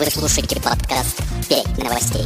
Вы слушаете подкаст «5 новостей».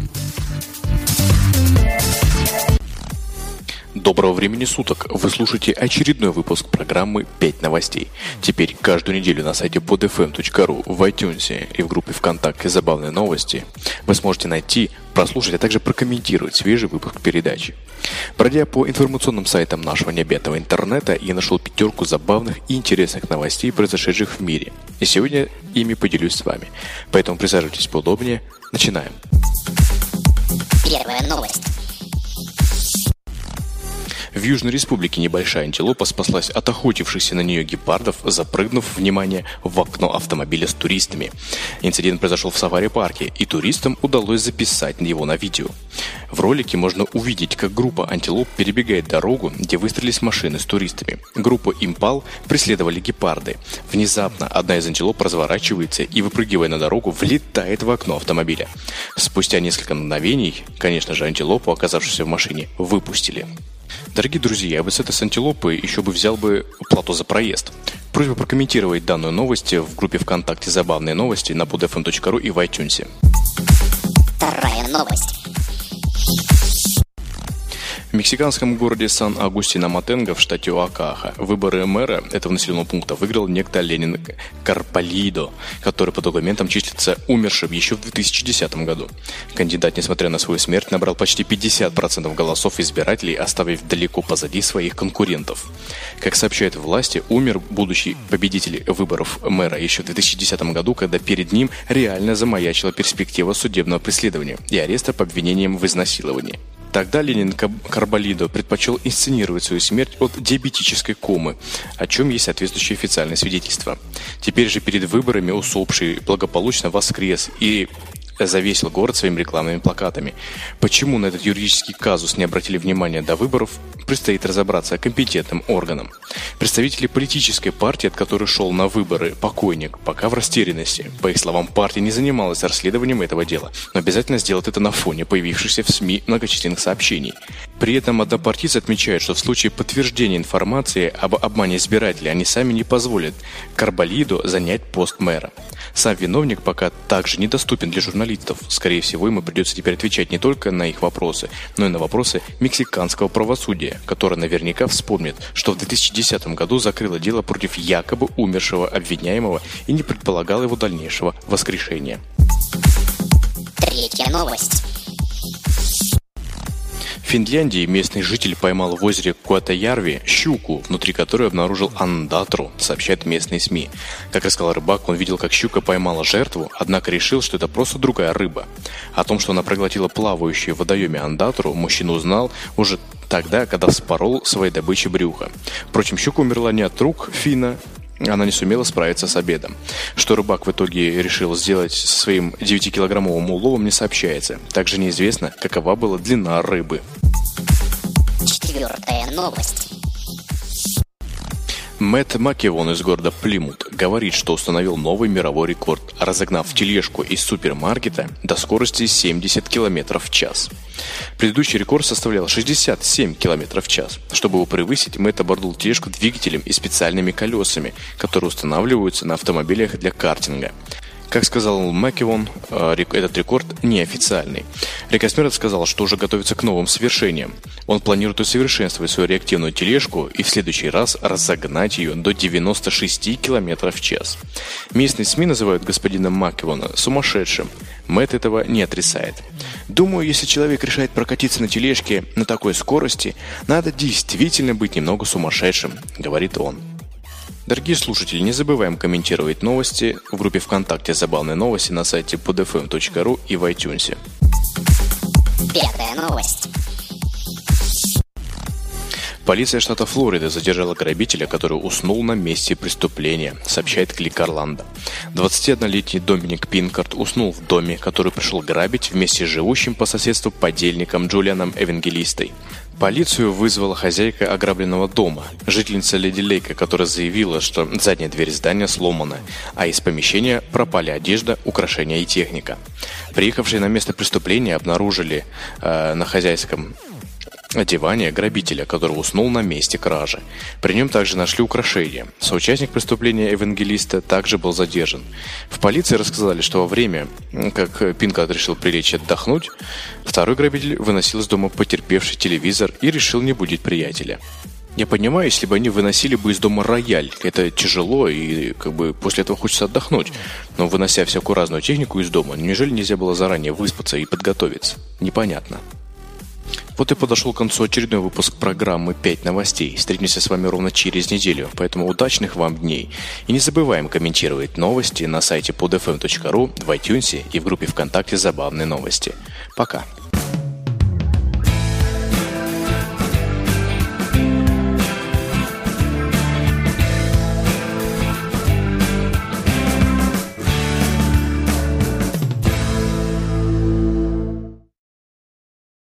Доброго времени суток! Вы слушаете очередной выпуск программы «5 новостей». Теперь каждую неделю на сайте podfm.ru, в iTunes и в группе ВКонтакте «Забавные новости» вы сможете найти, прослушать, а также прокомментировать свежий выпуск передачи. Бродя по информационным сайтам нашего необъятного интернета, я нашел 5 забавных и интересных новостей, произошедших в мире. И сегодня ими поделюсь с вами. Поэтому присаживайтесь поудобнее. Начинаем. Первая новость. В Южной Республике небольшая антилопа спаслась от охотившихся на нее гепардов, запрыгнув, внимание, в окно автомобиля с туристами. Инцидент произошел в сафари-парке, и туристам удалось записать его на видео. В ролике можно увидеть, как группа антилоп перебегает дорогу, где выстроились машины с туристами. Группу импал преследовали гепарды. Внезапно одна из антилоп разворачивается и, выпрыгивая на дорогу, влетает в окно автомобиля. Спустя несколько мгновений, конечно же, антилопу, оказавшуюся в машине, выпустили. Дорогие друзья, я бы с этой антилопы еще бы взял бы плату за проезд. Просьба прокомментировать данную новость в группе ВКонтакте «Забавные новости» на podfm.ru и в iTunes. Вторая новость. В мексиканском городе Сан-Агустино-Матенго в штате Оахака выборы мэра этого населенного пункта выиграл некто Ленин Карбалидо, который по документам числится умершим еще в 2010 году. Кандидат, несмотря на свою смерть, набрал почти 50% голосов избирателей, оставив далеко позади своих конкурентов. Как сообщают власти, умер будущий победитель выборов мэра еще в 2010 году, когда перед ним реально замаячила перспектива судебного преследования и ареста по обвинениям в изнасиловании. Тогда Ленин Карбалидо предпочел инсценировать свою смерть от диабетической комы, о чем есть соответствующее официальное свидетельство. Теперь же перед выборами усопший благополучно воскрес и завесил город своими рекламными плакатами. Почему на этот юридический казус не обратили внимания до выборов, предстоит разобраться компетентным органам. Представители политической партии, от которой шел на выборы покойник, пока в растерянности. По их словам, партия не занималась расследованием этого дела, но обязательно сделает это на фоне появившихся в СМИ многочисленных сообщений. При этом однопартийцы отмечают, что в случае подтверждения информации об обмане избирателей они сами не позволят Карбалидо занять пост мэра. Сам виновник пока также недоступен для журналистов. Скорее всего, ему придется теперь отвечать не только на их вопросы, но и на вопросы мексиканского правосудия, которое наверняка вспомнит, что в 2010 году закрыло дело против якобы умершего обвиняемого и не предполагало его дальнейшего воскрешения. Третья новость. В Финляндии местный житель поймал в озере Куатаярви щуку, внутри которой обнаружил андатру, сообщают местные СМИ. Как рассказал рыбак, он видел, как щука поймала жертву, однако решил, что это просто другая рыба. О том, что она проглотила плавающую в водоеме андатру, мужчина узнал уже тогда, когда вспорол своей добыче брюхо. Впрочем, щука умерла не от рук финна, она не сумела справиться с обедом. Что рыбак в итоге решил сделать со своим 9-килограммовым уловом, не сообщается. Также неизвестно, какова была длина рыбы. Четвертая новость. Мэтт Макэвон из города Плимут говорит, что установил новый мировой рекорд, разогнав тележку из супермаркета до скорости 70 км в час. Предыдущий рекорд составлял 67 км в час. Чтобы его превысить, Мэтт оборудовал тележку двигателем и специальными колесами, которые устанавливаются на автомобилях для картинга. Как сказал Макэвон, этот рекорд неофициальный. Рекордсмен сказал, что уже готовится к новым свершениям. Он планирует усовершенствовать свою реактивную тележку и в следующий раз разогнать ее до 96 км в час. Местные СМИ называют господина Макэвона сумасшедшим. Мэтт этого не отрицает. «Думаю, если человек решает прокатиться на тележке на такой скорости, надо действительно быть немного сумасшедшим», — говорит он. Дорогие слушатели, не забываем комментировать новости в группе ВКонтакте «Забавные новости» на сайте podfm.ru и в iTunes. Пятая новость. Полиция штата Флорида задержала грабителя, который уснул на месте преступления, сообщает Клик Орландо. 21-летний Доминик Пинкарт уснул в доме, который пришел грабить вместе с живущим по соседству подельником Джулианом Евангелистой. Полицию вызвала хозяйка ограбленного дома, жительница Леди Лейка, которая заявила, что задняя дверь здания сломана, а из помещения пропали одежда, украшения и техника. Приехавшие на место преступления обнаружили на хозяйском одевание грабителя, который уснул на месте кражи. При нем также нашли украшения. Соучастник преступления евангелиста также был задержан. В полиции рассказали, что во время, как Пинкарт решил прилечь и отдохнуть, второй грабитель выносил из дома потерпевший телевизор и решил не будить приятеля. Я понимаю, если бы они выносили бы из дома рояль, это тяжело и после этого хочется отдохнуть. Но вынося всякую разную технику из дома, неужели нельзя было заранее выспаться и подготовиться? Непонятно. Вот и подошел к концу очередной выпуск программы «5 новостей». Встретимся с вами ровно через неделю, поэтому удачных вам дней. И не забываем комментировать новости на сайте podfm.ru, в iTunes и в группе ВКонтакте «Забавные новости». Пока.